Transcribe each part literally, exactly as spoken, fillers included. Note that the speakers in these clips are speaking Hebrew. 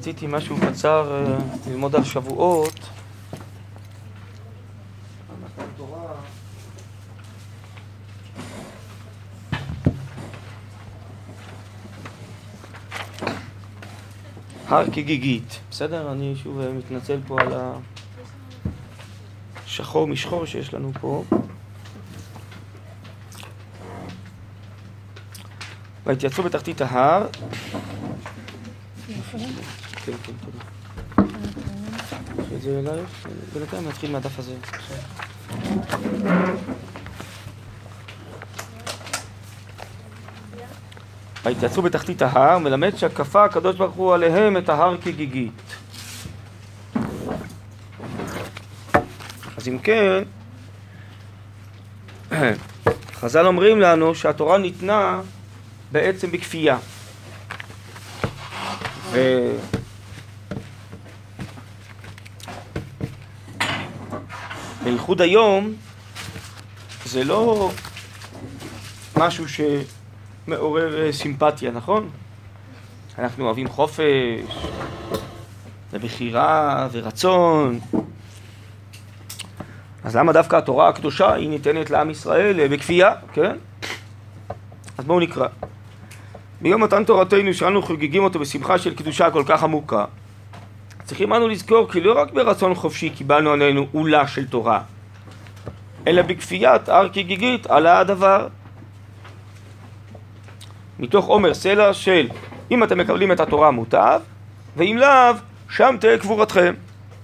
רציתי משהו קצר ללמוד על שבועות. הר כגיגית, בסדר? אני שוב מתנצל פה על השחור משחור שיש לנו פה. והתייצבו בתחתית ההר. כן, כן, כן. אחרי זה אלייך, בינתיים נתחיל מהדף הזה. והתייצבו בתחתית ההר, מלמד שכפה הקדוש ברוך הוא עליהם את ההר כגיגית. אז אם כן, חז"ל אומרים לנו שהתורה ניתנה בעצם בכפייה. ו... בייחוד היום זה לא משהו שמעורר סימפתיה, נכון? אנחנו אוהבים חופש ובחירה ורצון. אז למה דווקא התורה הקדושה היא ניתנת לעם ישראל בכפייה, כן? אז בואו נקרא. ביום מתן תורתנו שאנו חוגגים אותו בשמחה של קדושה כל כך עמוקה, צריכים אנו לזכור כי לא רק ברצון חופשי קיבלנו עלינו עולה של תורה, אלא בכפיית הר כגיגית עלה הדבר. מתוך עומר סלע של אם אתם מקבלים את התורה מוטב, ואם לאו, שם תהיה קבורתכם.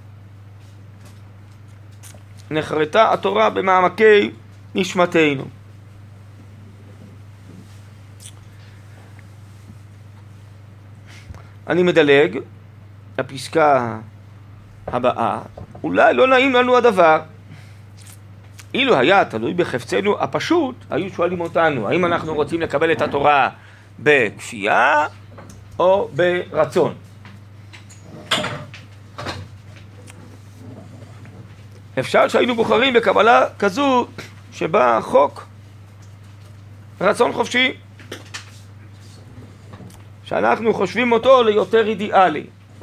נחרטה התורה במעמקי נשמתנו. אני מדלג לפסקה הבאה. אולי לא נעים לנו הדבר. אילו היה תלוי בחפצנו הפשוט, היו שואלים אותנו, האם אנחנו רוצים לקבל את התורה בכפייה או ברצון? אפשר שהיינו בוחרים בקבלה כזו שבה חוק רצון חופשי, שאנחנו חושבים אותו ליותר אידיאלי.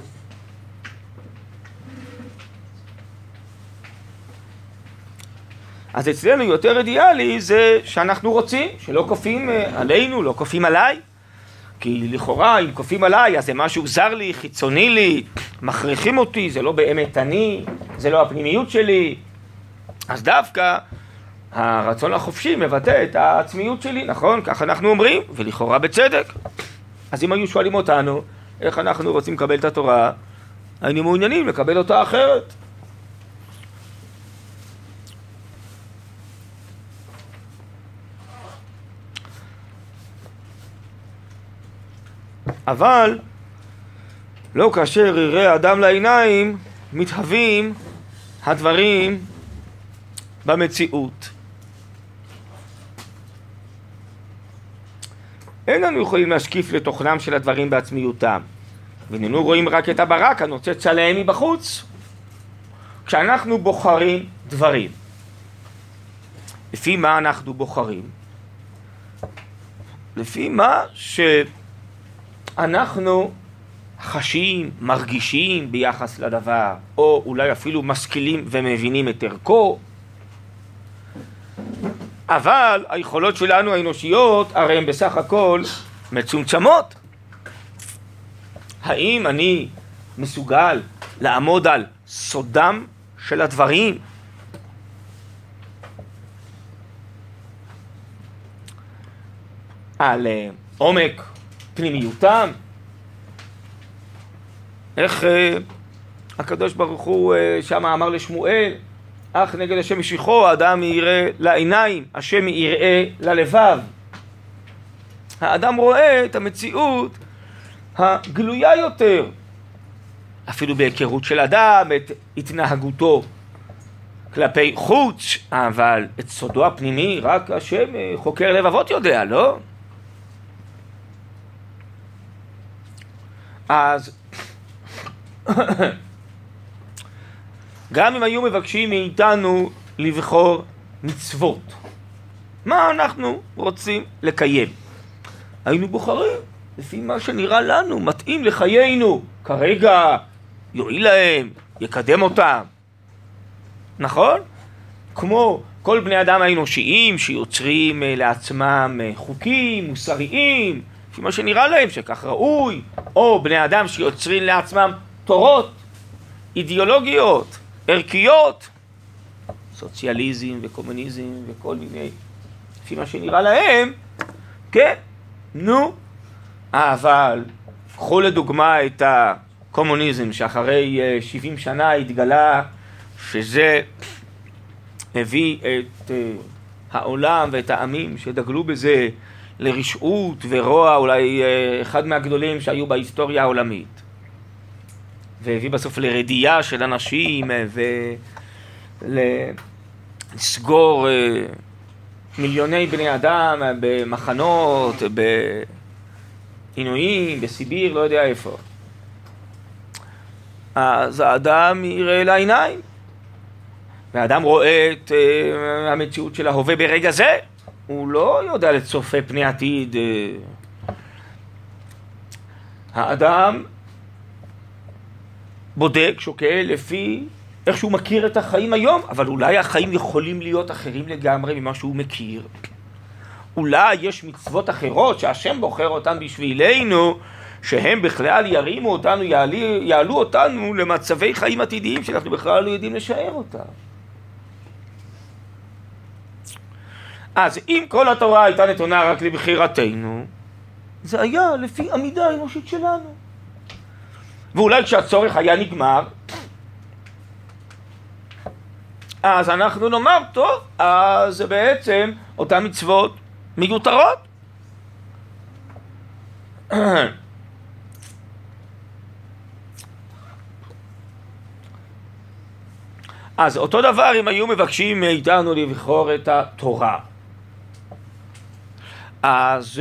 אז אצלנו יותר אידיאלי זה שאנחנו רוצים, שלא כופים עלינו, לא כופים עליי, כי לכאורה אם כופים עליי אז זה משהו זר לי, חיצוני לי, מכריחים אותי, זה לא באמת אני, זה לא הפנימיות שלי. אז דווקא הרצון החופשי מבטא את העצמיות שלי, נכון? כך אנחנו אומרים, ולכאורה בצדק. אז אם היו שואלים אותנו איך אנחנו רוצים לקבל את התורה, היינו מעוניינים לקבל אותה אחרת. אבל לא כאשר יראה האדם לעיניים מתהווים הדברים במציאות. אין לנו יכולים להשקיף לתוכנם של הדברים בעצמיותם, ואיננו רואים רק את הברק הנוצץ עליהם מבחוץ. כשאנחנו בוחרים דברים, לפי מה אנחנו בוחרים? לפי מה שאנחנו חשים, מרגישים ביחס לדבר, או אולי אפילו משכילים ומבינים את ערכו. אבל היכולות שלנו האנושיות הרי הן בסך הכל מצומצמות. האם אני מסוגל לעמוד על סודם של הדברים? על עומק פנימיותם? איך אה, הקדוש ברוך הוא אה, שם אמר לשמואל, אך נגד השם משיחו האדם יראה לעיניים, השם יראה ללבב. האדם רואה את המציאות הגלויה יותר, אפילו בהיכרות של אדם, את התנהגותו כלפי חוץ, אבל את סודו הפנימי רק השם חוקר לבבות יודע, לא? אז גם אם היו מבקשים מאיתנו לבחור מצוות, מה אנחנו רוצים לקיים, היינו בוחרים לפי מה שנראה לנו, מתאים לחיינו, כרגע יועיל להם, יקדם אותם. נכון? כמו כל בני אדם האנושיים שיוצרים לעצמם חוקים מוסריים, לפי מה שנראה להם שכך ראוי, או בני אדם שיוצרים לעצמם תורות, אידיאולוגיות, ערכיות, סוציאליזם וקומוניזם וכל מיני, לפי מה שנראה להם, כן, נו, אבל קחו לדוגמה את הקומוניזם שאחרי שבעים שנה התגלה שזה הביא את העולם ואת העמים שדגלו בזה לרשעות ורוע, אולי אחד מהגדולים שהיו בהיסטוריה העולמית, והביא בסוף לרדיעה של אנשים ולסגור מיליוני בני אדם במחנות, בעינויים, בסיביר, לא יודע איפה. אז האדם יראה לעיניים, והאדם רואה את uh, המציאות של ההווה ברגע זה, הוא לא יודע לצופה פני עתיד. Uh, האדם בודק, שוקל לפי איך שהוא מכיר את החיים היום, אבל אולי החיים יכולים להיות אחרים לגמרי ממה שהוא מכיר. אולי יש מצוות אחרות שהשם בוחר אותן בשבילנו, שהם בכלל ירימו אותנו, יעלו, יעלו אותנו למצבי חיים עתידיים שאנחנו בכלל לא יודעים לשער אותם. אז אם כל התורה הייתה נתונה רק לבחירתנו, זה היה לפי עמידה האנושית שלנו. ואולי כשהצורך היה נגמר, אז אנחנו נאמר, טוב, אז זה בעצם אותן מצוות מיותרות. אז אותו דבר אם היו מבקשים מאיתנו לבחור את התורה. אז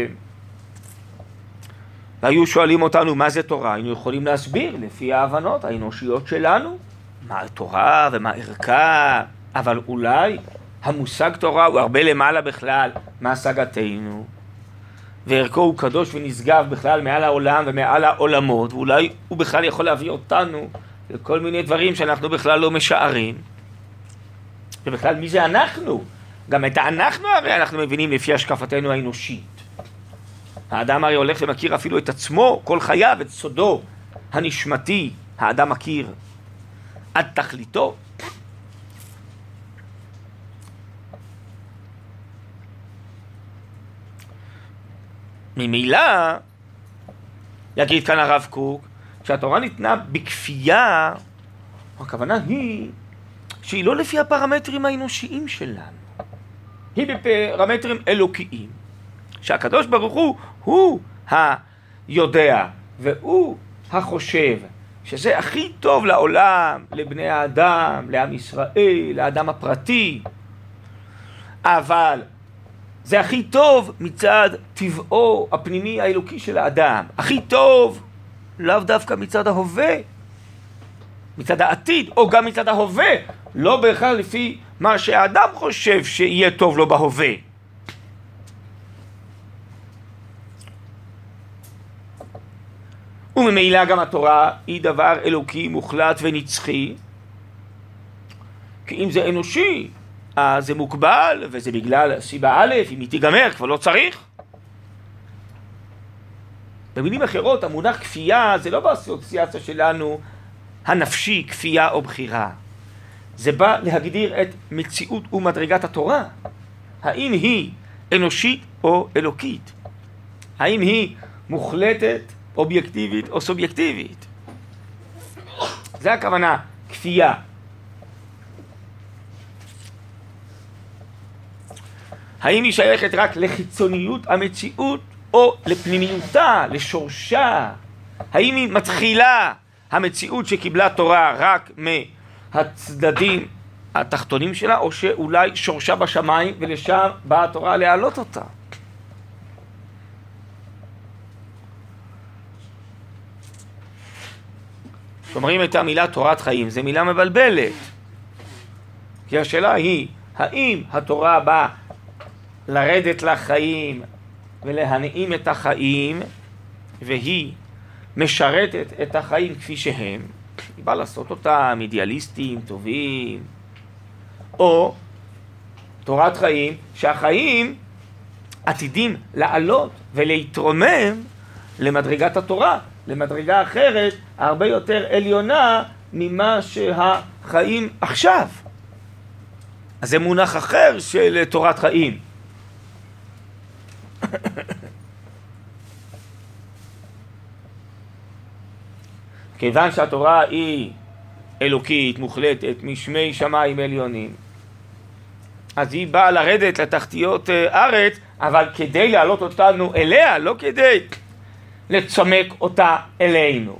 היו שואלים אותנו מה זה תורה, היינו יכולים להסביר לפי ההבנות האנושיות שלנו מה התורה ומה ערכה, אבל אולי המושג תורה הוא הרבה למעלה בכלל מהשגתנו, וערכו הוא קדוש ונשגב בכלל מעל העולם ומעל העולמות, ואולי הוא בכלל יכול להביא אותנו לכל מיני דברים שאנחנו בכלל לא משערים. ובכלל מי זה אנחנו? גם את האנחנו הרי אנחנו מבינים לפי השקפתנו האנושית. האדם הרי הולך ומכיר אפילו את עצמו, כל חייו, את סודו הנשמתי, האדם מכיר עד תכליתו. ממילא, יגיד כאן הרב קוק, שהתורה ניתנה בכפייה, הכוונה היא שהיא לא לפי הפרמטרים האנושיים שלנו, היא בפרמטרים אלוקיים, שהקדוש ברוך הוא הוא היודע והוא החושב שזה הכי טוב לעולם, לבני האדם, לעם ישראל, לאדם הפרטי, אבל זה הכי טוב מצד טבעו הפנימי האלוקי של האדם, הכי טוב לאו דווקא מצד ההווה, מצד העתיד, או גם מצד ההווה, לא בהכרח לפי מה שהאדם חושב שיהיה טוב לו בהווה. וממילא גם התורה היא דבר אלוקי מוחלט ונצחי, כי אם זה אנושי, אז זה מוגבל, וזה בגלל סיבה א', אם היא תיגמר, כבר לא צריך. במילים אחרות, המונח כפייה זה לא באסוציאציה שלנו הנפשי, כפייה או בחירה. זה בא להגדיר את מציאות ומדרגת התורה. האם היא אנושית או אלוקית? האם היא מוחלטת, אובייקטיבית או סובייקטיבית? זה הכוונה, כפייה. האם היא שייכת רק לחיצוניות המציאות או לפנימיותה, לשורשה? האם היא מתחילה המציאות שקיבלה תורה רק מהצדדים התחתונים שלה, או שאולי שורשה בשמיים ולשם באה התורה להעלות אותה? שאומרים את המילה תורת חיים, זו מילה מבלבלת. כי השאלה היא, האם התורה באה לרדת לחיים ולהנעים את החיים, והיא משרתת את החיים כפי שהם, היא באה לעשות אותם אידיאליסטים, טובים, או תורת חיים, שהחיים עתידים לעלות ולהתרומם למדרגת התורה, למדרגה אחרת, הרבה יותר עליונה ממה שהחיים עכשיו. אז זה מונח אחר של תורת חיים. כיוון שהתורה היא אלוקית, מוחלטת, משמי שמיים עליונים, אז היא באה לרדת לתחתיות ארץ, אבל כדי להעלות אותנו אליה, לא כדי לצמק אותה אלינו.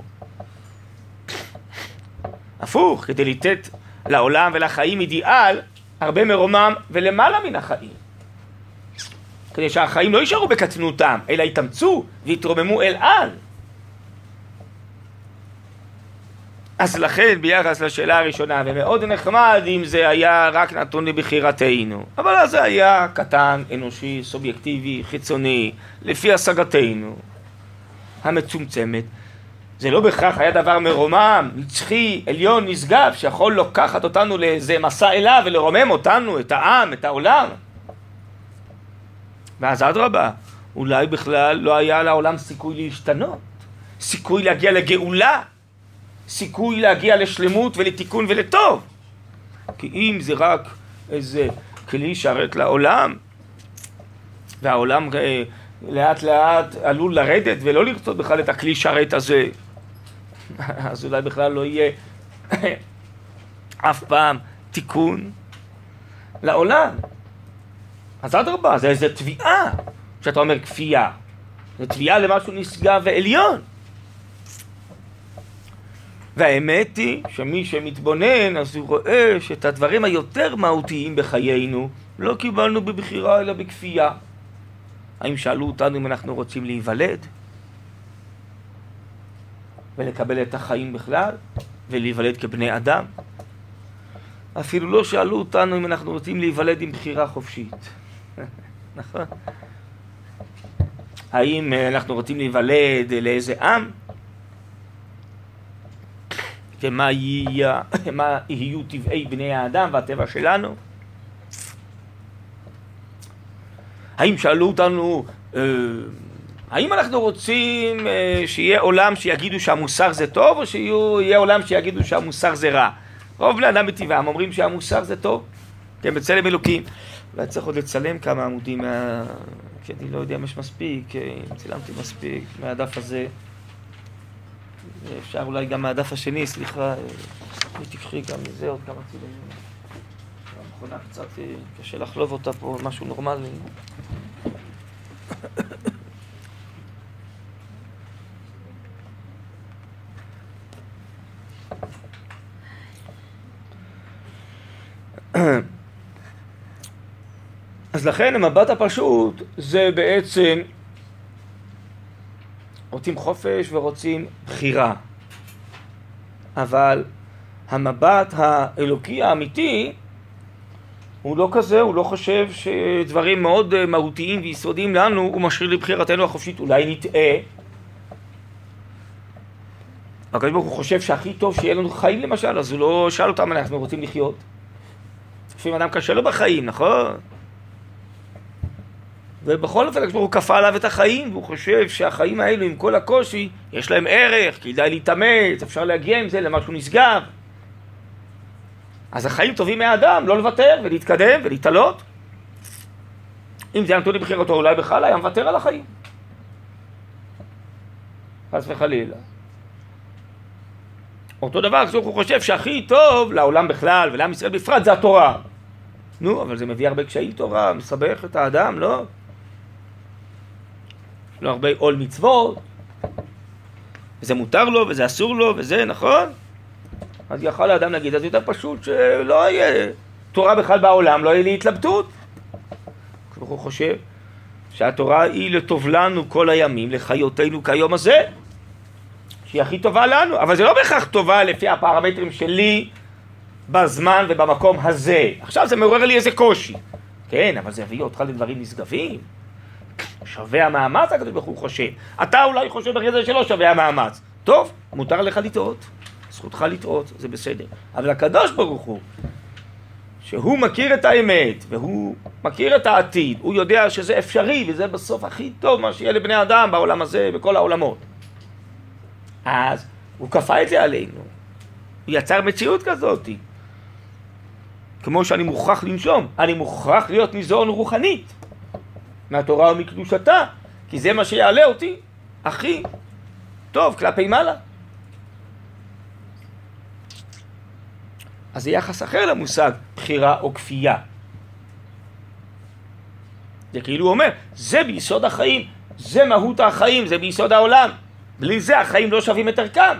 הפוך, כדי לתת לעולם ולחיים אידיאל הרבה מרומם ולמעלה מן החיים. כדי שהחיים לא יישארו בקטנותם, אלא יתאמצו ויתרוממו אל על. אז לכן ביחס לשאלה הראשונה, ומאוד נחמד אם זה היה רק נתון לבחירתנו, אבל אז זה היה קטן, אנושי, סובייקטיבי, חיצוני, לפי השגתנו המצומצמת. זה לא בהכרח היה דבר מרומם, נצחי, עליון, נשגב, שיכול לקחת אותנו לאיזה מסע אליו ולרומם אותנו, את העם, את העולם. ואז אדרבה, אולי בכלל לא היה לעולם סיכוי להשתנות, סיכוי להגיע לגאולה, סיכוי להגיע לשלמות ולתיקון ולטוב. כי אם זה רק איזה כלי שרת לעולם, והעולם לאט לאט עלול לרדת ולא לרצות בכלל את הכלי שרת הזה, אז אולי בכלל לא יהיה אף פעם תיקון לעולם. אז אדרבה, זה איזו תביעה, שאתה אומר כפייה. זה תביעה למשהו נשגב ועליון. והאמת היא שמי שמתבונן, אז הוא רואה שאת הדברים היותר מהותיים בחיינו לא קיבלנו בבחירה אלא בכפייה. האם שאלו אותנו אם אנחנו רוצים להיוולד ולקבל את החיים בכלל ולהיוולד כבני אדם? אפילו לא שאלו אותנו אם אנחנו רוצים להיוולד עם בחירה חופשית. נכון? האם אנחנו רוצים להיוולד לאיזה עם? ומה יהיה, מה יהיו טבעי בני האדם והטבע שלנו? האם שאלו אותנו, אה, האם אנחנו רוצים אה, שיהיה עולם שיגידו שהמוסר זה טוב, או שיהיה עולם שיגידו שהמוסר זה רע? רוב בני אדם בטבעם אומרים שהמוסר זה טוב, כי הם בצלם אלוקים. אולי צריך עוד לצלם כמה עמודים, מה... כי אני לא יודע אם יש מספיק, אם צילמתי מספיק מהדף הזה. אפשר אולי גם מהדף השני, סליחה, תקחי גם מזה עוד כמה צילומים. המכונה קצת קשה לחלוב אותה פה, משהו נורמלי. אז לכן המבט הפשוט זה בעצם רוצים חופש ורוצים בחירה, אבל המבט האלוקי האמיתי הוא לא כזה, הוא לא חושב שדברים מאוד מהותיים ויסודיים לנו הוא משאיר לבחירתנו החופשית. אולי נטעה, הקדוש ברוך הוא חושב שהכי טוב שיהיה לנו חיים למשל, אז הוא לא שאל אותם אנחנו רוצים לחיות. לפעמים אדם קשה לו בחיים, נכון? ובכל אופן הוא כפה עליו את החיים, והוא חושב שהחיים האלו עם כל הקושי יש להם ערך, כדאי להתאמץ, אפשר להגיע עם זה למשהו נשגב. אז החיים טובים מהאדם, לא לוותר ולהתקדם ולהתעלות. אם זה נתון לבחירתו, אולי בכלל היה מוותר על החיים, חס וחלילה. אותו דבר, הוא חושב שהכי טוב לעולם בכלל ולעם ישראל בפרט זה התורה. נו, אבל זה מביא הרבה קשיים תורה, מסבך את האדם, לא? יש לו הרבה עול מצוות, וזה מותר לו וזה אסור לו וזה, נכון? אז יכול האדם להגיד, אז יותר פשוט שלא יהיה תורה בכלל בעולם, לא יהיה לי התלבטות. הוא חושב שהתורה היא לטוב לנו כל הימים, לחיותנו כיום הזה, שהיא הכי טובה לנו, אבל זה לא בהכרח טובה לפי הפרמטרים שלי בזמן ובמקום הזה. עכשיו זה מעורר לי איזה קושי. כן, אבל זה יביא אותך לדברים נשגבים. שווה המאמץ, הקדוש ברוך הוא חושב. אתה אולי חושב ברגע זה שלא שווה המאמץ. טוב, מותר לך לטעות, זכותך לטעות, זה בסדר. אבל הקדוש ברוך הוא, שהוא מכיר את האמת, והוא מכיר את העתיד, הוא יודע שזה אפשרי, וזה בסוף הכי טוב מה שיהיה לבני אדם בעולם הזה, בכל העולמות. אז הוא כפה את זה עלינו. הוא יצר מציאות כזאת. כמו שאני מוכרח לנשום, אני מוכרח להיות ניזון רוחנית מהתורה ומקדושתה, כי זה מה שיעלה אותי הכי טוב כלפי מעלה. אז זה יחס אחר למושג בחירה או כפייה. זה כאילו הוא אומר, זה ביסוד החיים, זה מהות החיים, זה ביסוד העולם. בלי זה החיים לא שווים את ערכם.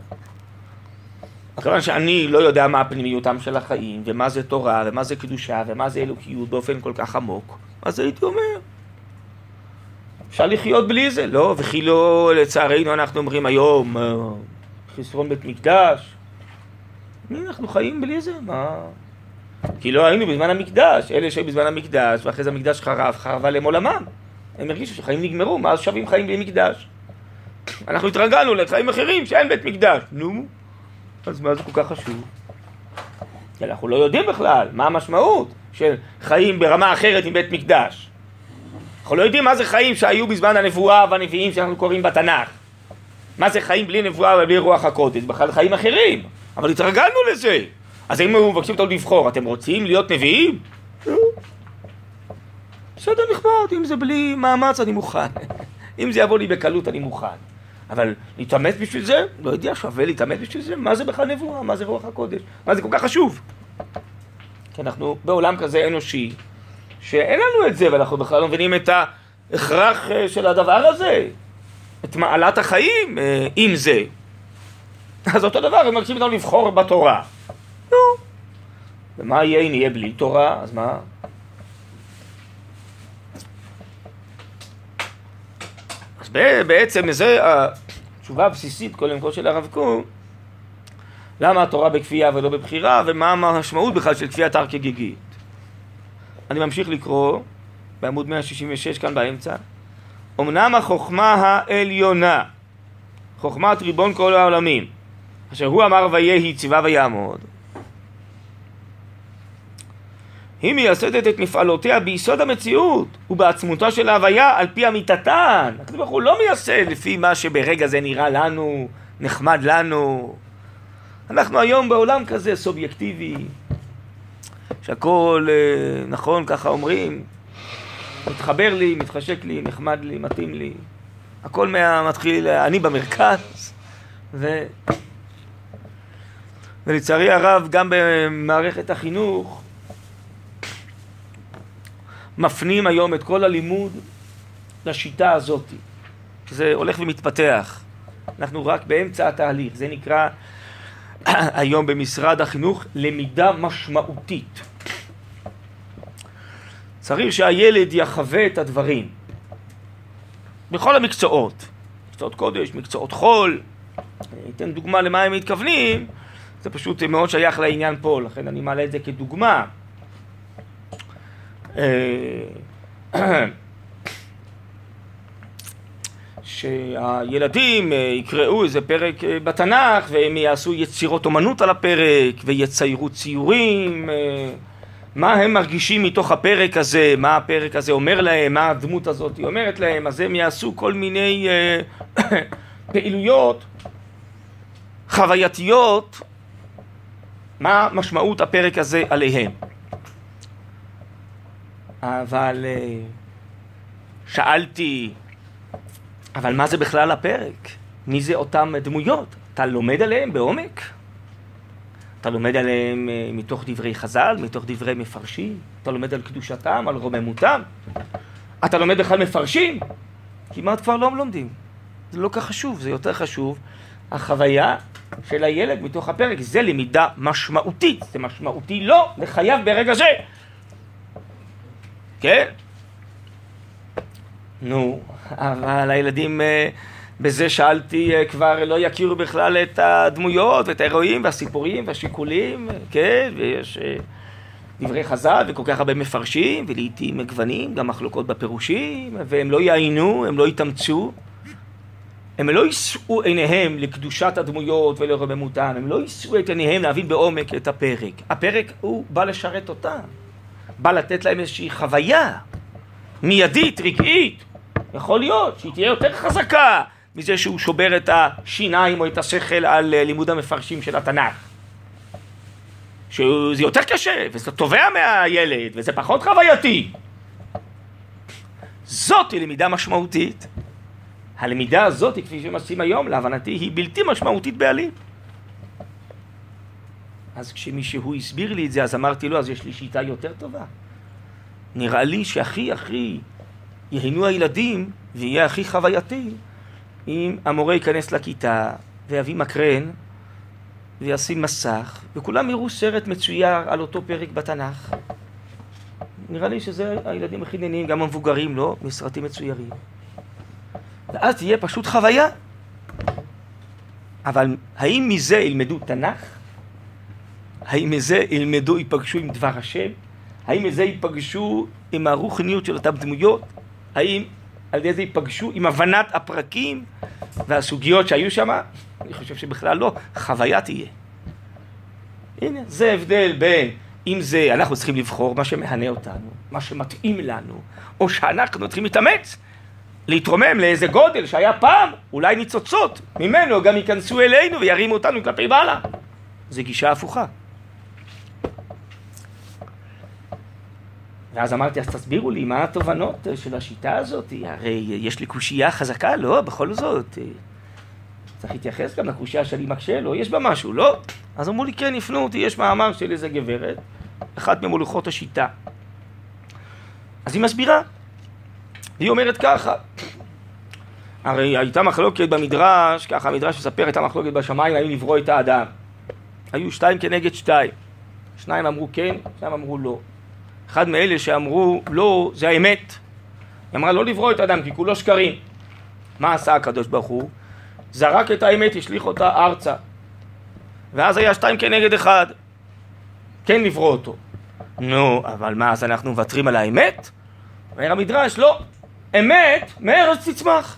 כיוון שאני לא יודע מה הפנימיותם של החיים, ומה זה תורה, ומה זה קדושה, ומה זה אלוקיות באופן כל כך עמוק, אז הייתי אומר, אפשר לחיות בלי זה, לא? וכי לא, לצערנו אנחנו אומרים היום, חסרון בית מקדש. אנחנו חיים בלי זה, מה? כי לא היינו בזמן המקדש, אלה שהיו בזמן המקדש, ואחרי זה המקדש חרב, חרב עליהם עולמם. הם הרגישו שחיים נגמרו, מה אז שווים חיים בלי מקדש? אנחנו התרגלנו לחיים אחרים שאין בית מקדש. נו, אז מה זה כל כך חשוב? כי אנחנו לא יודעים בכלל מה המשמעות של חיים ברמה אחרת עם בית מקדש. אנחנו לא יודעים מה זה חיים שהיו בזמן הנבואה והנביאים שאנחנו קוראים בתנ"ך. מה זה חיים בלי נבואה ובלי רוח הקודש? בכלל חיים אחרים. אבל התרגלנו לזה. אז אם הם מבקשים אותנו לבחור, אתם רוצים להיות נביאים? בסדר נחמד, אם זה בלי מאמץ אני מוכן. אם זה יבוא לי בקלות אני מוכן. אבל להתאמץ בשביל זה? לא יודע, שווה להתאמץ בשביל זה? מה זה בכלל נבואה? מה זה רוח הקודש? מה זה כל כך חשוב? כי אנחנו בעולם כזה אנושי, שאין לנו את זה, ואנחנו בכלל לא מבינים את ההכרח של הדבר הזה, את מעלת החיים עם זה. אז אותו דבר, הם מבקשים אותנו לבחור בתורה. נו. ומה יהיה אם יהיה בלי תורה? אז מה? אז בעצם זה התשובה הבסיסית קודם כל של הרב קוק, למה התורה בכפייה ולא בבחירה, ומה המשמעות בכלל של כפיית הר כגיגית. אני ממשיך לקרוא בעמוד מאה שישים ושש כאן באמצע. אמנם החוכמה העליונה, חוכמת ריבון כל העולמים, אשר הוא אמר ויהי ציווה ויעמוד, היא מייסדת את מפעלותיה ביסוד המציאות ובעצמותה של ההוויה על פי אמיתתן. הקדוש ברוך הוא לא מייסד לפי מה שברגע זה נראה לנו, נחמד לנו. אנחנו היום בעולם כזה סובייקטיבי, שהכל נכון, ככה אומרים, מתחבר לי, מתחשק לי, נחמד לי, מתאים לי. הכל מה, מתחיל, אני במרכז. ו... ולצערי הרב, גם במערכת החינוך, מפנים היום את כל הלימוד לשיטה הזאת. זה הולך ומתפתח. אנחנו רק באמצע התהליך. זה נקרא היום במשרד החינוך למידה משמעותית. צריך שהילד יחווה את הדברים. בכל המקצועות. מקצועות קודש, מקצועות חול. אתן דוגמה למה הם מתכוונים. זה פשוט מאוד שייך לעניין פה, לכן אני מעלה את זה כדוגמה. שהילדים יקראו איזה פרק בתנ"ך והם יעשו יצירות אומנות על הפרק ויציירו ציורים, מה הם מרגישים מתוך הפרק הזה, מה הפרק הזה אומר להם, מה הדמות הזאת אומרת להם, אז הם יעשו כל מיני פעילויות חווייתיות, מה משמעות הפרק הזה עליהם. אבל שאלתי, אבל מה זה בכלל הפרק? מי זה אותם דמויות? אתה לומד עליהם בעומק? אתה לומד עליהם מתוך דברי חז"ל, מתוך דברי מפרשים? אתה לומד על קדושתם, על רוממותם? אתה לומד בכלל מפרשים? כמעט כבר לא לומדים. זה לא כך חשוב, זה יותר חשוב. החוויה של הילד מתוך הפרק, זה למידה משמעותית. זה משמעותי לא לחייב ברגע זה. כן? נו, אבל הילדים, בזה שאלתי, כבר לא יכירו בכלל את הדמויות ואת האירועים והסיפורים והשיקולים, כן? ויש דברי חז"ל וכל כך הרבה מפרשים, ולעיתים מגוונים, גם מחלוקות בפירושים, והם לא יעיינו, הם לא יתאמצו, הם לא יישאו עיניהם לקדושת הדמויות ולרוממותן, הם לא יישאו את עיניהם להבין בעומק את הפרק. הפרק הוא בא לשרת אותם, בא לתת להם איזושהי חוויה מיידית, רגעית. יכול להיות שהיא תהיה יותר חזקה מזה שהוא שובר את השיניים או את השכל על לימוד המפרשים של התנ"ך. שזה יותר קשה, וזה תובע מהילד, וזה פחות חווייתי. זאת היא למידה משמעותית. הלמידה הזאת, כפי שמעשים היום, להבנתי, היא בלתי משמעותית בעליל. אז כשמישהו הסביר לי את זה, אז אמרתי לו, אז יש לי שיטה יותר טובה. נראה לי שהכי הכי יהינו הילדים, ויהיה הכי חווייתי, אם המורה ייכנס לכיתה, ויביא מקרן, וישים מסך, וכולם יראו סרט מצויר על אותו פרק בתנ"ך. נראה לי שזה הילדים הכי נהנים, גם המבוגרים, לא? מסרטים מצוירים. ואז תהיה פשוט חוויה. אבל האם מזה ילמדו תנ"ך? האם מזה ילמדו, ייפגשו עם דבר השם? האם מזה ייפגשו עם הרוחניות של אותם דמויות? האם על ידי זה ייפגשו עם הבנת הפרקים והסוגיות שהיו שם? אני חושב שבכלל לא, חוויה תהיה. הנה, זה הבדל בין אם זה אנחנו צריכים לבחור מה שמהנה אותנו, מה שמתאים לנו, או שאנחנו צריכים להתאמץ, להתרומם לאיזה גודל שהיה פעם, אולי ניצוצות ממנו גם ייכנסו אלינו וירימו אותנו כלפי מעלה. זה גישה הפוכה. ואז אמרתי, אז תסבירו לי מה התובנות של השיטה הזאת, הרי יש לי קושייה חזקה, לא? בכל זאת, צריך להתייחס גם לקושייה שלי מקשה, לא? יש בה משהו, לא? אז אמרו לי, כן, יפנו אותי, יש מאמר של איזה גברת, אחת ממולכות השיטה. אז היא מסבירה. היא אומרת ככה, הרי הייתה מחלוקת במדרש, ככה המדרש מספר, הייתה מחלוקת בשמיים, האם לברוא את האדם. היו שתיים כנגד שתיים. שניים אמרו כן, שניים אמרו לא. אחד מאלה שאמרו לא, זה האמת. היא אמרה לא לברוא את האדם, כי כולו שקרים. מה עשה הקדוש ברוך הוא? זרק את האמת, השליך אותה ארצה. ואז היה שתיים כנגד אחד. כן לברוא אותו. נו, אבל מה, אז אנחנו מוותרים על האמת? אומר המדרש, לא. אמת מארץ תצמח.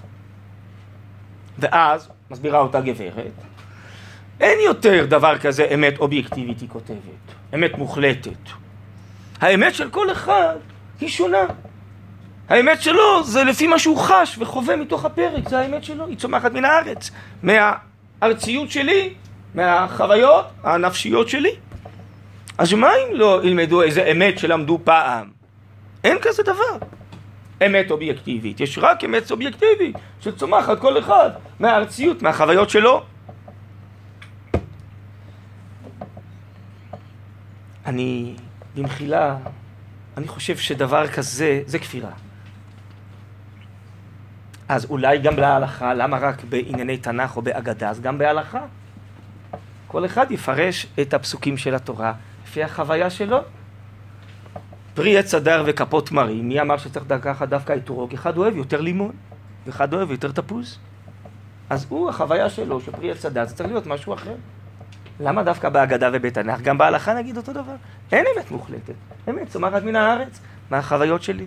ואז, מסבירה אותה גברת, אין יותר דבר כזה אמת אובייקטיבית, היא כותבת. אמת מוחלטת. האמת של כל אחד היא שונה. האמת שלו זה לפי מה שהוא חש וחווה מתוך הפרק, זה האמת שלו, היא צומחת מן הארץ, מהארציות שלי, מהחוויות הנפשיות שלי. אז מה אם לא ילמדו איזה אמת שלמדו פעם? אין כזה דבר. אמת אובייקטיבית, יש רק אמת אובייקטיבית שצומחת כל אחד מהארציות, מהחוויות שלו. אני, במחילה, אני חושב שדבר כזה, זה כפירה. אז אולי גם להלכה, למה רק בענייני תנ"ך או באגדה, אז גם בהלכה. כל אחד יפרש את הפסוקים של התורה לפי החוויה שלו. פרי עץ הדר וכפות מרים, מי אמר שצריך לקחת דווקא את תורו? אחד אוהב יותר לימון, ואחד אוהב יותר תפוז. אז הוא, החוויה שלו, שפרי עץ הדר, זה צריך להיות משהו אחר. למה דווקא בהגדה ובתנ"ך? גם בהלכה נגיד אותו דבר. אין אמת מוחלטת. אמת צומחת מן הארץ, מהחוויות שלי.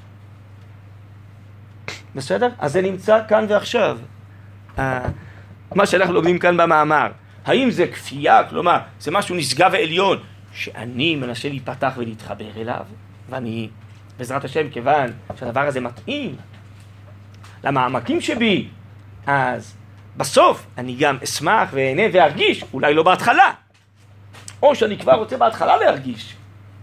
בסדר? אז זה נמצא כאן ועכשיו. מה שאנחנו לומדים כאן במאמר. האם זה כפייה? כלומר, זה משהו נשגב ועליון, שאני מנסה להיפתח ולהתחבר אליו, ואני, בעזרת השם, כיוון שהדבר הזה מתאים למעמקים שבי, אז בסוף אני גם אשמח ואהנה וארגיש, אולי לא בהתחלה, או שאני כבר רוצה בהתחלה להרגיש.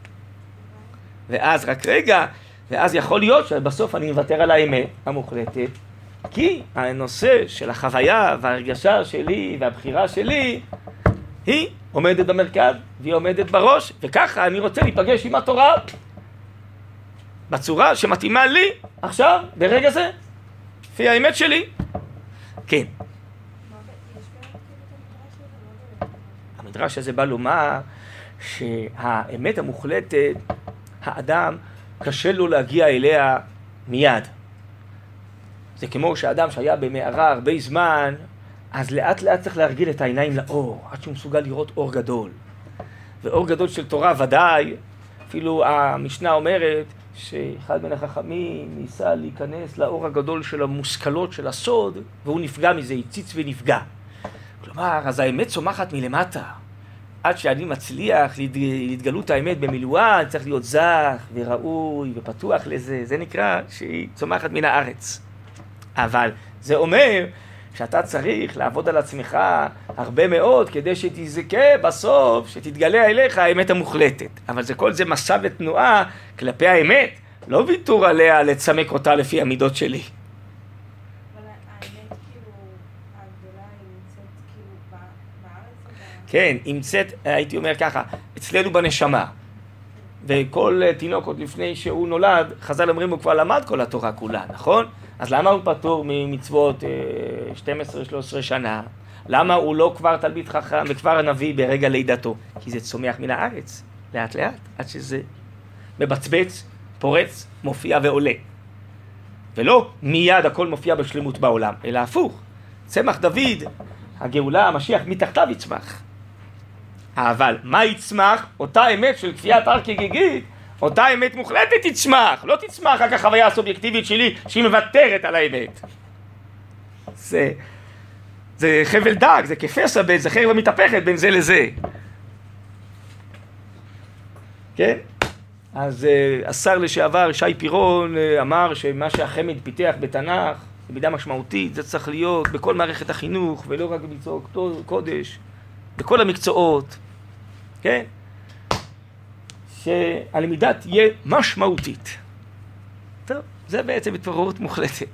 ואז רק רגע, ואז יכול להיות שבסוף אני מוותר על האמת המוחלטת, כי הנושא של החוויה וההרגשה שלי והבחירה שלי, היא עומדת במרכז והיא עומדת בראש, וככה אני רוצה להיפגש עם התורה בצורה שמתאימה לי עכשיו, ברגע זה, לפי האמת שלי. כן. המדרש הזה בא לומר שהאמת המוחלטת, האדם קשה לו להגיע אליה מיד. זה כמו שאדם שהיה במערה הרבה זמן, אז לאט לאט צריך להרגיל את העיניים לאור, עד שהוא מסוגל לראות אור גדול. ואור גדול של תורה ודאי, אפילו המשנה אומרת שאחד מן החכמים ניסה להיכנס לאור הגדול של המושכלות של הסוד, והוא נפגע מזה, הציץ ונפגע. כלומר, אז האמת צומחת מלמטה. עד שאני מצליח להתגלות האמת במילואה, אני צריך להיות זך וראוי ופתוח לזה. זה נקרא שהיא צומחת מן הארץ. אבל זה אומר שאתה צריך לעבוד על עצמך הרבה מאוד כדי שתזכה בסוף, שתתגלה אליך האמת המוחלטת. אבל זה כל זה מסע ותנועה כלפי האמת, לא ויתור עליה לצמק אותה לפי המידות שלי. אבל האמת כאילו, הגדולה היא נמצאת כאילו בארץ? כן, נמצאת, הייתי אומר ככה, אצלנו בנשמה. וכל תינוק עוד לפני שהוא נולד, חז"ל אומרים הוא כבר למד כל התורה כולה, נכון? אז למה הוא פטור ממצוות שתים עשרה שלוש עשרה שנה? למה הוא לא כבר תלמיד חכם וכבר הנביא ברגע לידתו? כי זה צומח מן הארץ, לאט לאט, עד שזה מבצבץ, פורץ, מופיע ועולה. ולא מיד הכל מופיע בשלמות בעולם, אלא הפוך. צמח דוד, הגאולה, המשיח, מתחתיו יצמח. אבל מה יצמח? אותה אמת של כפיית הר כגיגית, אותה אמת מוחלטת תצמח, לא תצמח רק החוויה הסובייקטיבית שלי שהיא מוותרת על האמת. זה, זה חבל דק, זה כפסע בין זכר ומתהפכת בין זה לזה. כן? אז uh, השר לשעבר שי פירון uh, אמר שמה שהחמ"ד פיתח בתנ"ך, במידה משמעותית, זה צריך להיות בכל מערכת החינוך ולא רק במקצועות קודש, בכל המקצועות, כן? שהלמידה תהיה משמעותית. טוב, זה בעצם התפוררות מוחלטת.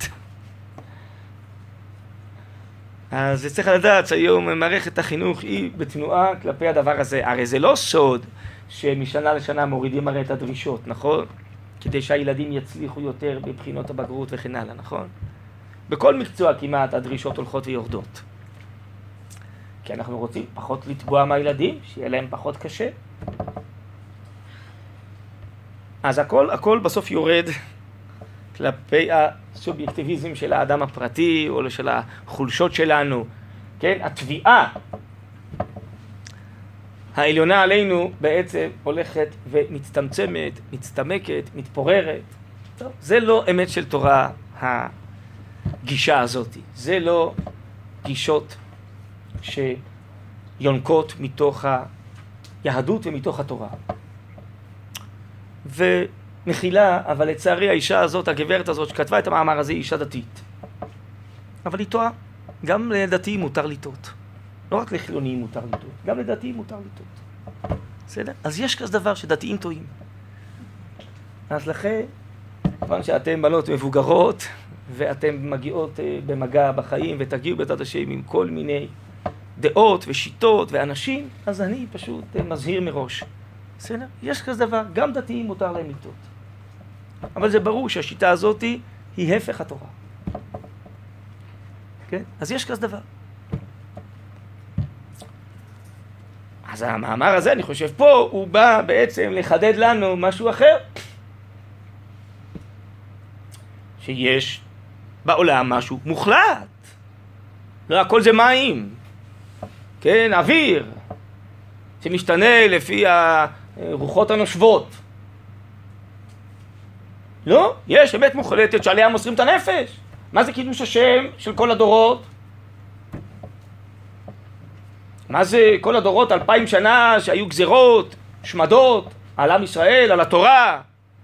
אז צריך לדעת שהיום מערכת החינוך היא בתנועה כלפי הדבר הזה. הרי זה לא סוד שמשנה לשנה מורידים הרי את הדרישות, נכון? כדי שהילדים יצליחו יותר בבחינות הבגרות וכן הלאה, נכון? בכל מקצוע כמעט הדרישות הולכות ויורדות. כי אנחנו רוצים פחות לתבוע מהילדים, שיהיה להם פחות קשה. אז הכל, הכל בסוף יורד כלפי הסובייקטיביזם של האדם הפרטי, או של החולשות שלנו, כן? התביעה העליונה עלינו בעצם הולכת ומצטמצמת, מצטמקת, מתפוררת. טוב, זה לא אמת של תורה הגישה הזאת. זה לא גישות שיונקות מתוך היהדות ומתוך התורה. ומחילה, אבל לצערי האישה הזאת, הגברת הזאת שכתבה את המאמר הזה, היא אישה דתית. אבל היא טועה. גם לדתיים מותר לטעות. לא רק לחילוניים מותר לטעות, גם לדתיים מותר לטעות. בסדר? אז יש כזה דבר שדתיים טועים. אז לכן, כיוון שאתם בנות מבוגרות, ואתם מגיעות במגע בחיים, ותגיעו בעזרת השם עם כל מיני דעות ושיטות ואנשים, אז אני פשוט מזהיר מראש. בסדר? יש כזה דבר, גם דתיים מותר להם לטעות. אבל זה ברור שהשיטה הזאת היא הפך התורה. כן? אז יש כזה דבר. אז המאמר הזה, אני חושב פה, הוא בא בעצם לחדד לנו משהו אחר. שיש בעולם משהו מוחלט. לא הכל זה מים. כן, אוויר. שמשתנה לפי הרוחות הנושבות. לא, יש אמת מוחלטת שעליה מוסרים את הנפש. מה זה קידוש השם של כל הדורות? מה זה כל הדורות, אלפיים שנה שהיו גזירות, שמדות, על עם ישראל, על התורה?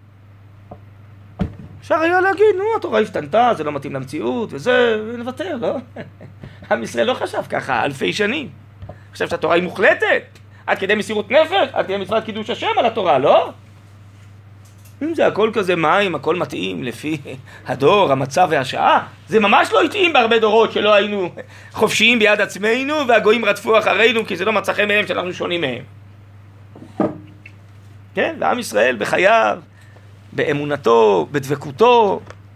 אפשר היה להגיד, נו, התורה השתנתה, זה לא מתאים למציאות, וזה, ונוותר, לא? עם ישראל לא חשב ככה, אלפי שנים. חשב שהתורה היא מוחלטת, עד כדי מסירות נפש, עד כדי מצוות קידוש השם על התורה, לא? אם זה הכל כזה מים, הכל מתאים לפי הדור, המצב והשעה, זה ממש לא התאים בהרבה דורות שלא היינו חופשיים ביד עצמנו, והגויים רדפו אחרינו, כי זה לא מצא חן מהם שאנחנו שונים מהם. כן, ועם ישראל בחייו, באמונתו, בדבקותו,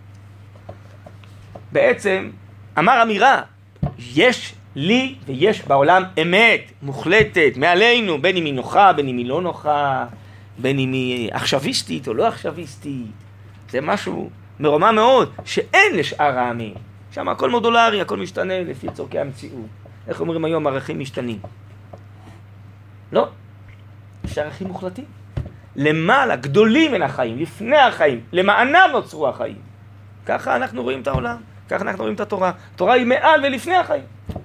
בעצם אמר אמירה, יש לי ויש בעולם אמת מוחלטת מעלינו, בין אם היא נוחה, בין אם היא לא נוחה, בין אם היא עכשוויסטית או לא עכשוויסטית. זה משהו מרומם מאוד, שאין לשאר העמים. שם הכל מודולרי, הכל משתנה לפי צורכי המציאות. איך אומרים היום, ערכים משתנים? לא, יש ערכים מוחלטים. למעלה, גדולים מן החיים, לפני החיים, למענם נוצרו החיים. ככה אנחנו רואים את העולם, ככה אנחנו רואים את התורה. התורה היא מעל ולפני החיים.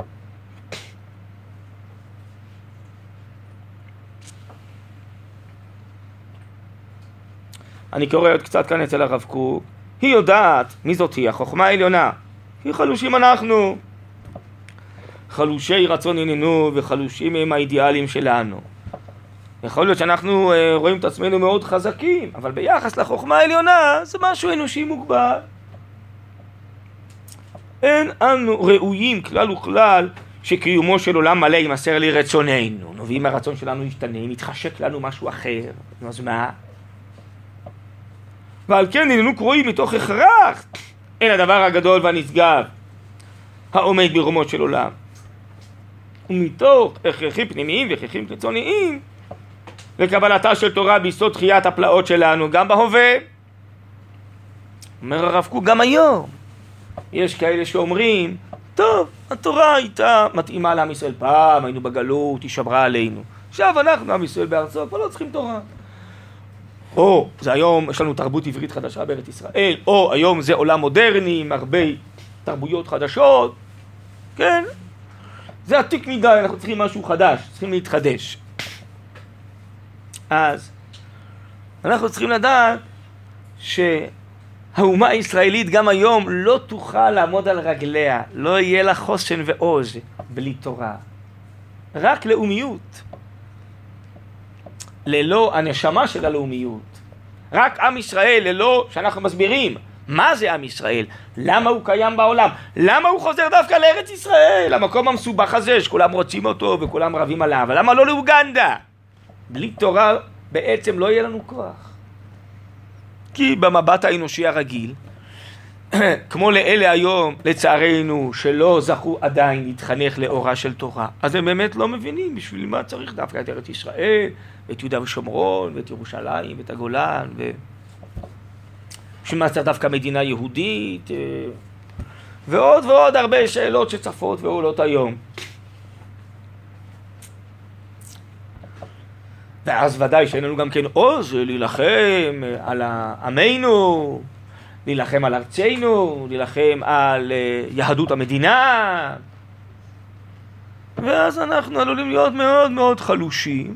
אני קורא עוד קצת כאן אצל הרב קוק. היא יודעת, מי זאת היא? החוכמה העליונה. היא חלושים אנחנו. חלושי רצון עינינו וחלושים הם האידיאלים שלנו. יכול להיות שאנחנו אה, רואים את עצמנו מאוד חזקים, אבל ביחס לחוכמה העליונה זה משהו אנושי מוגבל. אין אנו ראויים כלל וכלל שקיומו של עולם מלא יימסר לי רצוננו. ואם הרצון שלנו ישתנה, אם יתחשק לנו משהו אחר, אז מה? ועל כן איננו קרואים מתוך הכרח אין הדבר הגדול והנשגב העומד ברומות של עולם. ומתוך הכרחים פנימיים והכרחים חיצוניים לקבלתה של תורה ביסוד תחיית הפלאות שלנו, גם בהווה. אומר הרב קוק, גם היום יש כאלה שאומרים, טוב, התורה הייתה מתאימה לעם ישראל פעם, היינו בגלות, היא שברה עלינו. עכשיו אנחנו, עם ישראל בארצו, כבר לא צריכים תורה. או, זה היום, יש לנו תרבות עברית חדשה בארץ ישראל, או היום זה עולם מודרני עם הרבה תרבויות חדשות, כן? זה עתיק מדי, אנחנו צריכים משהו חדש, צריכים להתחדש. אז אנחנו צריכים לדעת שהאומה הישראלית גם היום לא תוכל לעמוד על רגליה, לא יהיה לה חוסן ועוז בלי תורה. רק לאומיות. ללא הנשמה של הלאומיות. רק עם ישראל, ללא שאנחנו מסבירים מה זה עם ישראל, למה הוא קיים בעולם, למה הוא חוזר דווקא לארץ ישראל, למקום המסובך הזה שכולם רוצים אותו וכולם רבים עליו, ולמה לא לאוגנדה? בלי תורה בעצם לא יהיה לנו כוח. כי במבט האנושי הרגיל, כמו לאלה היום, לצערנו, שלא זכו עדיין להתחנך לאורה של תורה, אז הם באמת לא מבינים בשביל מה צריך דווקא את ארץ ישראל, ואת יהודה ושומרון, ואת ירושלים, ואת הגולן, ו... בשביל מה צריך דווקא מדינה יהודית, ועוד ועוד הרבה שאלות שצפות ועולות היום. ואז ודאי שאין לנו גם כן עוז להילחם על עמנו, להילחם על ארצנו, להילחם על יהדות המדינה. ואז אנחנו עלולים להיות מאוד מאוד חלושים.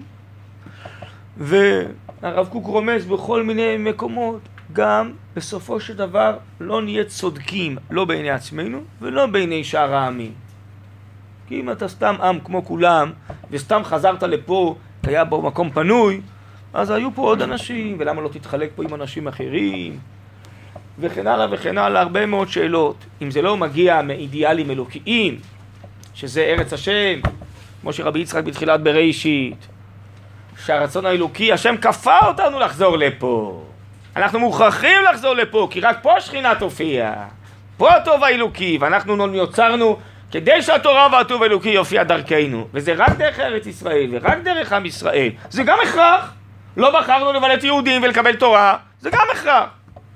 והרב קוק רומז בכל מיני מקומות, גם בסופו של דבר לא נהיה צודקים, לא בעיני עצמנו ולא בעיני שאר העמים. כי אם אתה סתם עם כמו כולם, וסתם חזרת לפה, היה בו מקום פנוי, אז היו פה עוד אנשים, ולמה לא תתחלק פה עם אנשים אחרים, וכן הלאה וכן הלאה, הרבה מאוד שאלות. אם זה לא מגיע מאידיאלים אלוקיים, שזה ארץ השם, כמו שרבי יצחק בתחילת בראשית, שהרצון האלוקי, השם כפה אותנו לחזור לפה. אנחנו מוכרחים לחזור לפה, כי רק פה השכינה תופיע. פה הטוב האלוקי, ואנחנו יוצרנו כדי שהתורה והטוב האלוקי יופיע דרכנו. וזה רק דרך ארץ ישראל, ורק דרך עם ישראל. זה גם הכרח. לא בחרנו לבלט יהודים ולקבל תורה, זה גם הכרח.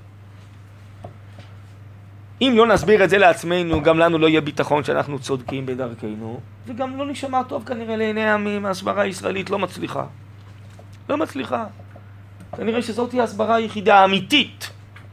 אם לא נסביר את זה לעצמנו, גם לנו לא יהיה ביטחון שאנחנו צודקים בדרכנו, וגם לא נשמע טוב כנראה לעיני העמים. ההסברה הישראלית לא מצליחה. לא מצליחה. כנראה שזאת היא ההסברה היחידה האמיתית.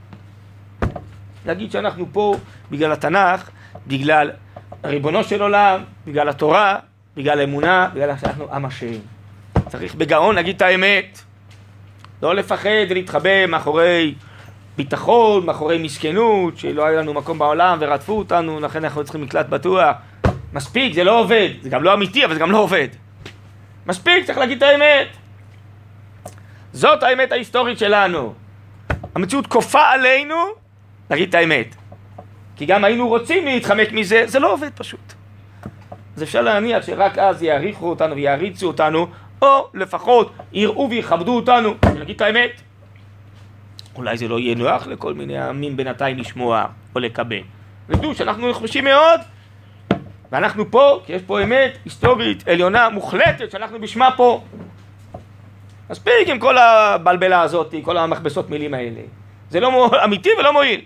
להגיד שאנחנו פה בגלל התנ"ך, בגלל ריבונו של עולם, בגלל התורה, בגלל האמונה, בגלל שאנחנו עם השם. צריך בגאון להגיד את האמת. לא לפחד ולהתחבא מאחורי ביטחון, מאחורי מסכנות, שלא היה לנו מקום בעולם ורדפו אותנו, לכן אנחנו צריכים מקלט בטוח. מספיק, זה לא עובד. זה גם לא אמיתי, אבל זה גם לא עובד. מספיק, צריך להגיד את האמת. זאת האמת ההיסטורית שלנו. המציאות כופה עלינו להגיד את האמת. כי גם היינו רוצים להתחמק מזה, זה לא עובד פשוט. אז אפשר להניח שרק אז יעריכו אותנו ויעריצו אותנו, או לפחות יראו ויכבדו אותנו, להגיד את האמת. אולי זה לא יהיה נוח לכל מיני עמים בינתיים לשמוע או לקבל. ודעו שאנחנו נחושים מאוד, ואנחנו פה, כי יש פה אמת היסטורית עליונה מוחלטת, שאנחנו בשמה פה. מספיק עם כל הבלבלה הזאת, כל המכבסות מילים האלה. זה לא אמיתי ולא מועיל.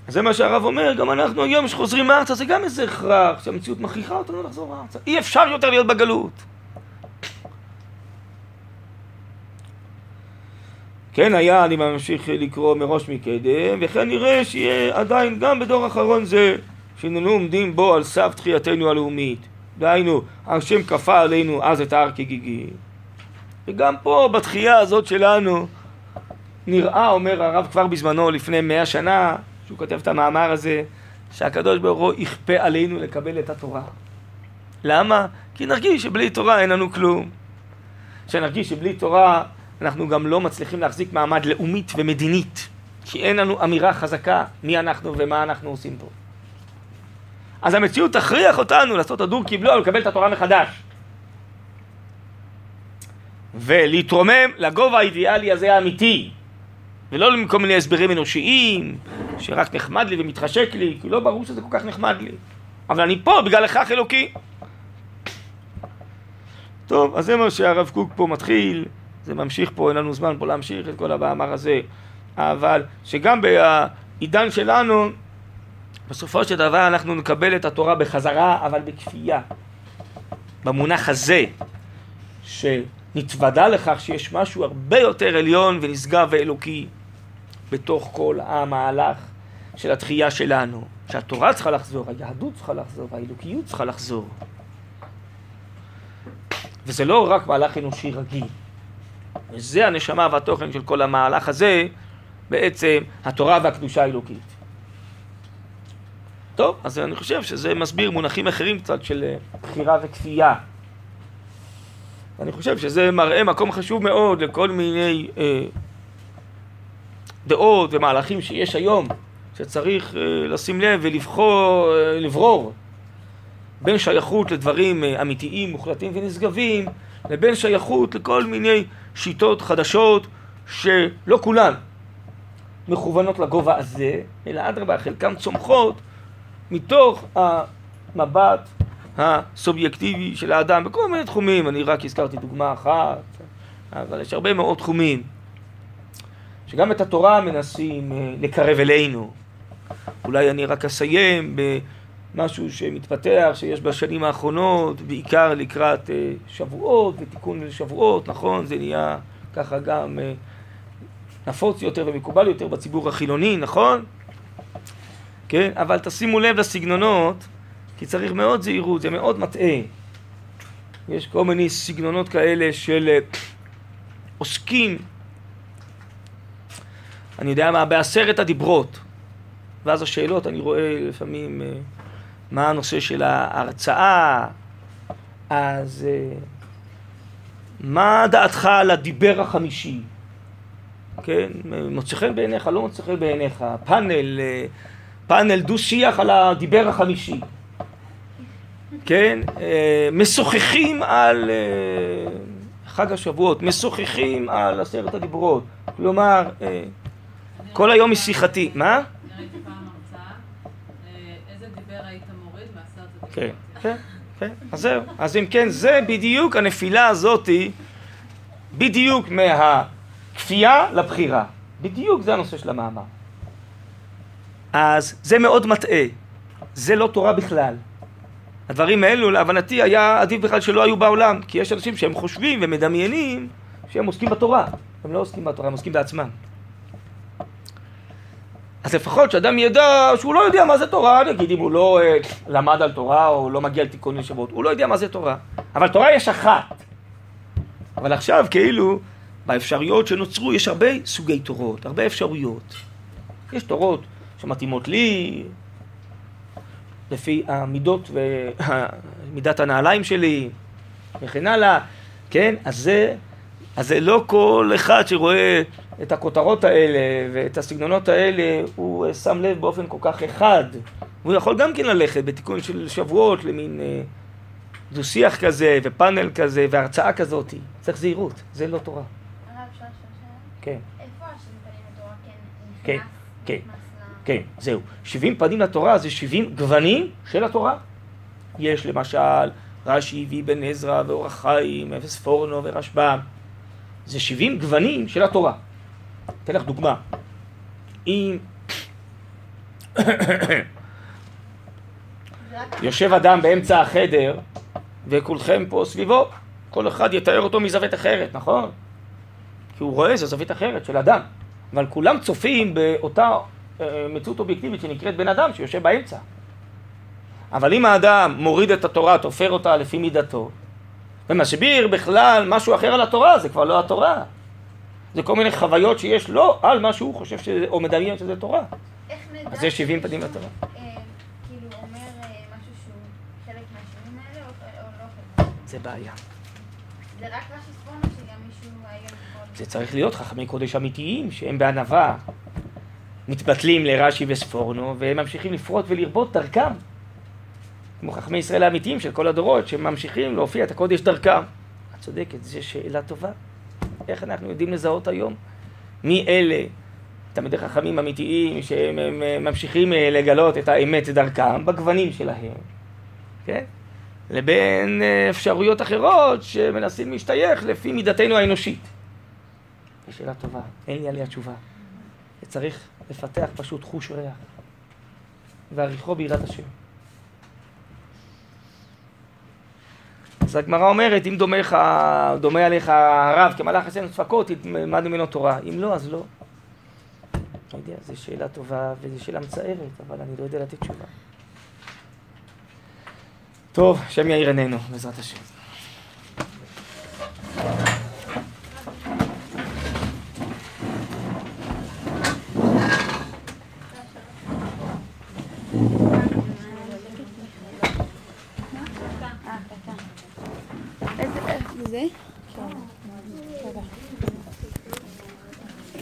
זה מה שהרב אומר, גם אנחנו היום שחוזרים ארצה, זה גם איזה הכרח, שהמציאות מכריחה אותנו לחזור ארצה. אי אפשר יותר להיות בגלות. כן היה, אני ממשיך לקרוא מראש מקדם, וכן נראה שיהיה עדיין גם בדור האחרון זה, שאיננו עומדים בו על סף תחייתנו הלאומית. דהיינו, השם כפה עלינו אז את ההר כגיגי. וגם פה, בתחייה הזאת שלנו, נראה, אומר הרב כבר בזמנו, לפני מאה שנה, שהוא כותב את המאמר הזה, שהקדוש ברוך הוא יכפה עלינו לקבל את התורה. למה? כי נרגיש שבלי תורה אין לנו כלום. שנרגיש שבלי תורה אנחנו גם לא מצליחים להחזיק מעמד לאומית ומדינית, כי אין לנו אמירה חזקה מי אנחנו ומה אנחנו עושים פה. אז המציאות תכריח אותנו לעשות הדור קיבלו, לקבל את התורה מחדש. ולהתרומם לגובה האידיאלי הזה האמיתי, ולא לכל מיני הסברים אנושיים, שרק נחמד לי ומתחשק לי, כי לא ברור שזה כל כך נחמד לי. אבל אני פה בגלל הכרח אלוקי. טוב, אז זה מה שהרב קוק פה מתחיל, זה ממשיך פה, אין לנו זמן פה להמשיך את כל המאמר הזה, אבל שגם בעידן שלנו, בסופו של דבר אנחנו נקבל את התורה בחזרה, אבל בכפייה. במונח הזה, שנתוודע לכך שיש משהו הרבה יותר עליון ונשגב ואלוקי בתוך כל המהלך של התחייה שלנו. שהתורה צריכה לחזור, היהדות צריכה לחזור, האלוקיות צריכה לחזור. וזה לא רק מהלך אנושי רגיל. וזה הנשמה והתוכן של כל המהלך הזה, בעצם התורה והקדושה האלוקית. טוב, אז אני חושב שזה מסביר מונחים אחרים קצת של בחירה וכפייה. אני חושב שזה מראה מקום חשוב מאוד לכל מיני אה, דעות ומהלכים שיש היום, שצריך אה, לשים לב ולבחור, אה, לברור בין שייכות לדברים אה, אמיתיים, מוחלטים ונשגבים, לבין שייכות לכל מיני שיטות חדשות שלא כולן מכוונות לגובה הזה, אלא אדרבה, חלקם צומחות מתוך המבט הסובייקטיבי של האדם בכל מיני תחומים. אני רק הזכרתי דוגמה אחת, אבל יש הרבה מאוד תחומים שגם את התורה מנסים לקרב אלינו. אולי אני רק אסיים במשהו שמתפתח, שיש בשנים האחרונות, בעיקר לקראת שבועות ותיקון לשבועות, נכון? זה נהיה ככה גם נפוץ יותר ומקובל יותר בציבור החילוני, נכון? כן? אבל תשימו לב לסגנונות, כי צריך מאוד זהירות, זה מאוד מטעה. יש כל מיני סגנונות כאלה של עוסקים, אני יודע מה, בעשרת הדיברות. ואז השאלות, אני רואה לפעמים מה הנושא של ההרצאה, אז מה דעתך על הדיבר החמישי? כן? מוצא חן בעיניך, לא מוצא חן בעיניך. פאנל, פאנל דו שיח על הדיבר החמישי. כן? משוחחים על חג השבועות, משוחחים על עשרת הדיברות. כלומר, כל היום משיחתי. מה? אני ראיתי פעם הרצאה, איזה דיבר היית מוריד מעשרת הדיברות? כן, כן, כן. אז זהו. אז אם כן, זה בדיוק הנפילה הזאת, בדיוק מהכפייה לבחירה. בדיוק זה הנושא של המאמר. אז זה מאוד מטעה. זה לא תורה בכלל. הדברים האלו, להבנתי, היה עדיף בכלל שלא היו בעולם, כי יש אנשים שהם חושבים ומדמיינים שהם עוסקים בתורה. הם לא עוסקים בתורה, הם עוסקים בעצמם. אז לפחות שאדם ידע שהוא לא יודע מה זה תורה, נגיד אם הוא לא אה, למד על תורה או לא מגיע לתיקון לשבועות, הוא לא יודע מה זה תורה. אבל תורה יש אחת. אבל עכשיו כאילו באפשרויות שנוצרו יש הרבה סוגי תורות, הרבה אפשרויות. יש תורות שמתאימות לי, לפי המידות ומידת הנעליים שלי, וכן הלאה, כן? אז זה, אז זה לא כל אחד שרואה את הכותרות האלה ואת הסגנונות האלה, הוא שם לב באופן כל כך אחד. הוא יכול גם כן ללכת בתיקון של שבועות למין אה, דו שיח כזה ופאנל כזה והרצאה כזאת. צריך זהירות, זה לא תורה. הרב, אפשר לשאול שאלה? כן. איפה השם פנים לתורה כן כן, נכנס? כן. נכנס ל- כן, זהו. שבעים פנים לתורה זה שבעים גוונים של התורה. יש למשל רש"י ואבן עזרא ואור החיים וספורנו ורשב"ם. זה שבעים גוונים של התורה. אתן לך דוגמה. אם יושב אדם באמצע החדר, וכולכם פה סביבו, כל אחד יתאר אותו מזווית אחרת, נכון? כי הוא רואה, זו זווית אחרת של אדם. אבל כולם צופים באותה אה, מציאות אובייקטיבית שנקראת בן אדם, שיושב באמצע. אבל אם האדם מוריד את התורה, תופר אותה לפי מידתו, ומשביר בכלל משהו אחר על התורה, זה כבר לא התורה. זה כל מיני חוויות שיש לו על מה שהוא חושב שזה, או מדמיין שזה תורה. איך נדע? אז זה שבעים פנים לתורה. אה, כאילו אומר אה, משהו שהוא חלק מהשירים האלה, או, או לא חלק? זה בעיה. זה רק רש"י ספורנו שגם מישהו היום יכול... זה צריך להיות חכמי קודש אמיתיים, שהם בענווה מתבטלים לרש"י וספורנו, והם ממשיכים לפרוט ולרבות דרכם. כמו חכמי ישראל האמיתיים של כל הדורות, שממשיכים להופיע את הקודש דרכם. את צודקת, זו שאלה טובה. איך אנחנו יודעים לזהות היום? מי אלה תלמידי חכמים אמיתיים שהם ממשיכים לגלות את האמת דרכם בגוונים שלהם, כן? לבין אפשרויות אחרות שמנסים להשתייך לפי מידתנו האנושית. זו שאלה טובה, אין לי עליה תשובה. צריך לפתח פשוט חוש ריח ועריכו ביראת השם. אז הגמרא אומרת, אם דומה, לך, דומה עליך הרב כמלאך עשינו ספקות, תלמד ממנו תורה. אם לא, אז לא. אני יודע, זו שאלה טובה וזו שאלה מצערת, אבל אני לא יודע לתת תשובה. טוב, השם יאיר עינינו, בעזרת השם.